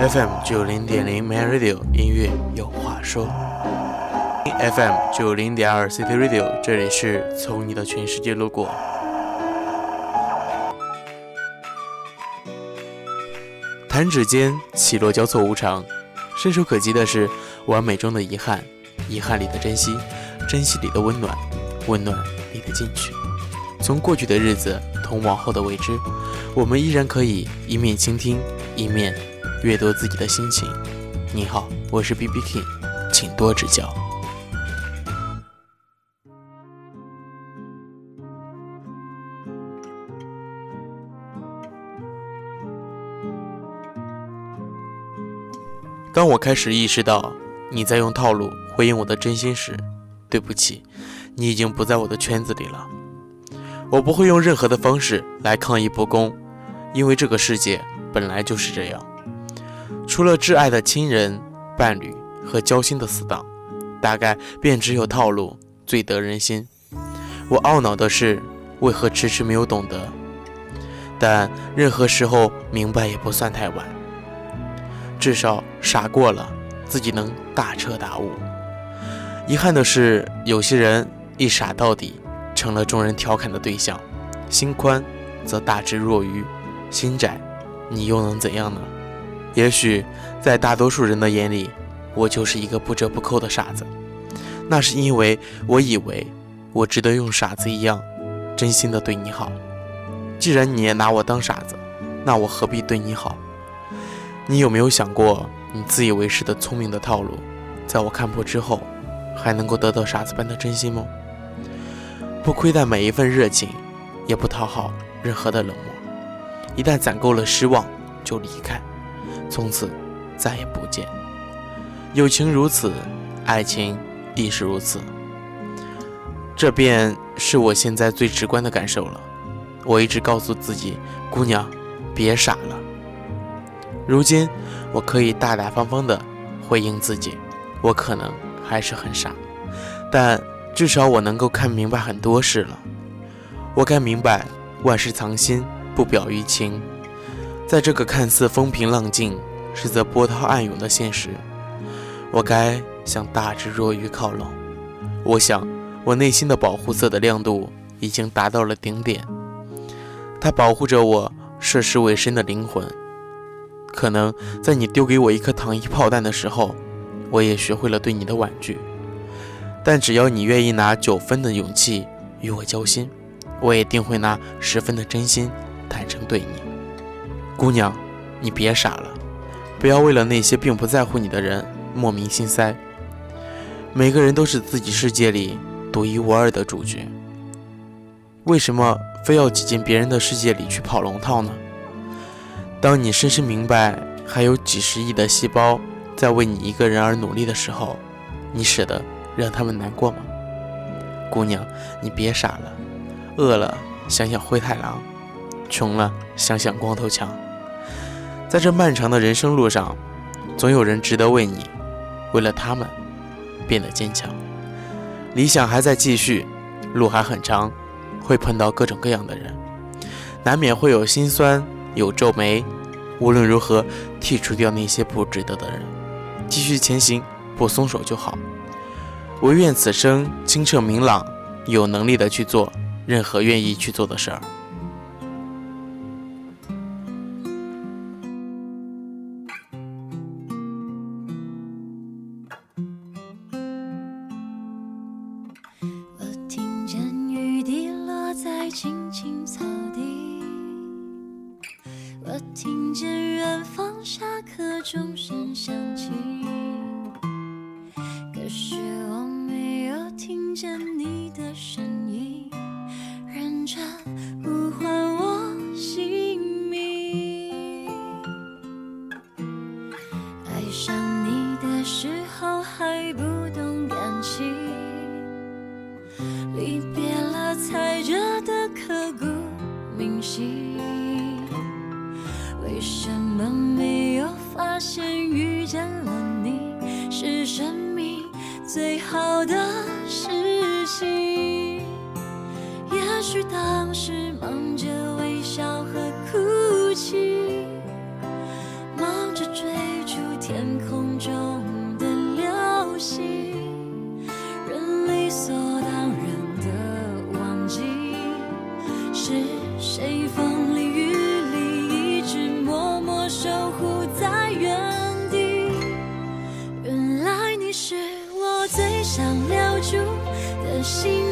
FM90.0 Man Radio 音乐有话说。FM90.2 City Radio， 这里是从你的全世界路过。弹指间起落交错无常，伸手可及的是完美中的遗憾，遗憾里的珍惜，珍惜里的温暖，温暖里的进取。从过去的日子同往后的未知，我们依然可以一面倾听，一面阅读自己的心情。你好，我是 BB King， 请多指教。当我开始意识到你在用套路回应我的真心时，对不起，你已经不在我的圈子里了。我不会用任何的方式来抗议不公，因为这个世界本来就是这样。除了挚爱的亲人、伴侣和交心的死党，大概便只有套路最得人心。我懊恼的是，为何迟迟没有懂得，但任何时候明白也不算太晚。至少傻过了，自己能大彻大悟。遗憾的是，有些人一傻到底，成了众人调侃的对象。心宽则大智若愚，心窄你又能怎样呢？也许在大多数人的眼里，我就是一个不折不扣的傻子，那是因为我以为我值得用傻子一样真心的对你好。既然你也拿我当傻子，那我何必对你好？你有没有想过，你自以为是的聪明的套路，在我看破之后，还能够得到傻子般的真心吗？不亏待每一份热情，也不讨好任何的冷漠。一旦攒够了失望，就离开，从此再也不见。友情如此，爱情亦是如此。这便是我现在最直观的感受了。我一直告诉自己，姑娘，别傻了。如今我可以大大方方地回应自己，我可能还是很傻，但至少我能够看明白很多事了。我该明白万事藏心，不表于情。在这个看似风平浪静，实则波涛暗涌的现实，我该向大智若愚靠拢。我想我内心的保护色的亮度已经达到了顶点，它保护着我涉世未深的灵魂。可能在你丢给我一颗糖衣炮弹的时候，我也学会了对你的婉拒，但只要你愿意拿9分的勇气与我交心，我也定会拿10分的真心坦诚对你。姑娘，你别傻了，不要为了那些并不在乎你的人莫名心塞。每个人都是自己世界里独一无二的主角，为什么非要挤进别人的世界里去跑龙套呢？当你深深明白还有几十亿的细胞在为你一个人而努力的时候，你舍得让他们难过吗？姑娘，你别傻了，饿了想想灰太狼，穷了想想光头强。在这漫长的人生路上，总有人值得为你，为了他们变得坚强。理想还在继续，路还很长，会碰到各种各样的人，难免会有心酸，有皱眉。无论如何，剔除掉那些不值得的人，继续前行，不松手就好。唯愿此生清澈明朗，有能力的去做任何愿意去做的事儿。 我听见雨滴落在青青草地，我听见远方下课钟声响起，可是我没有听见你的声音，认真呼唤我姓名。爱上你的时候还不懂感情，离别了才觉得刻骨铭心。为什么没有发现遇见了你是生命最好的事情？也许当时忙着微笑和哭泣，忙着追的心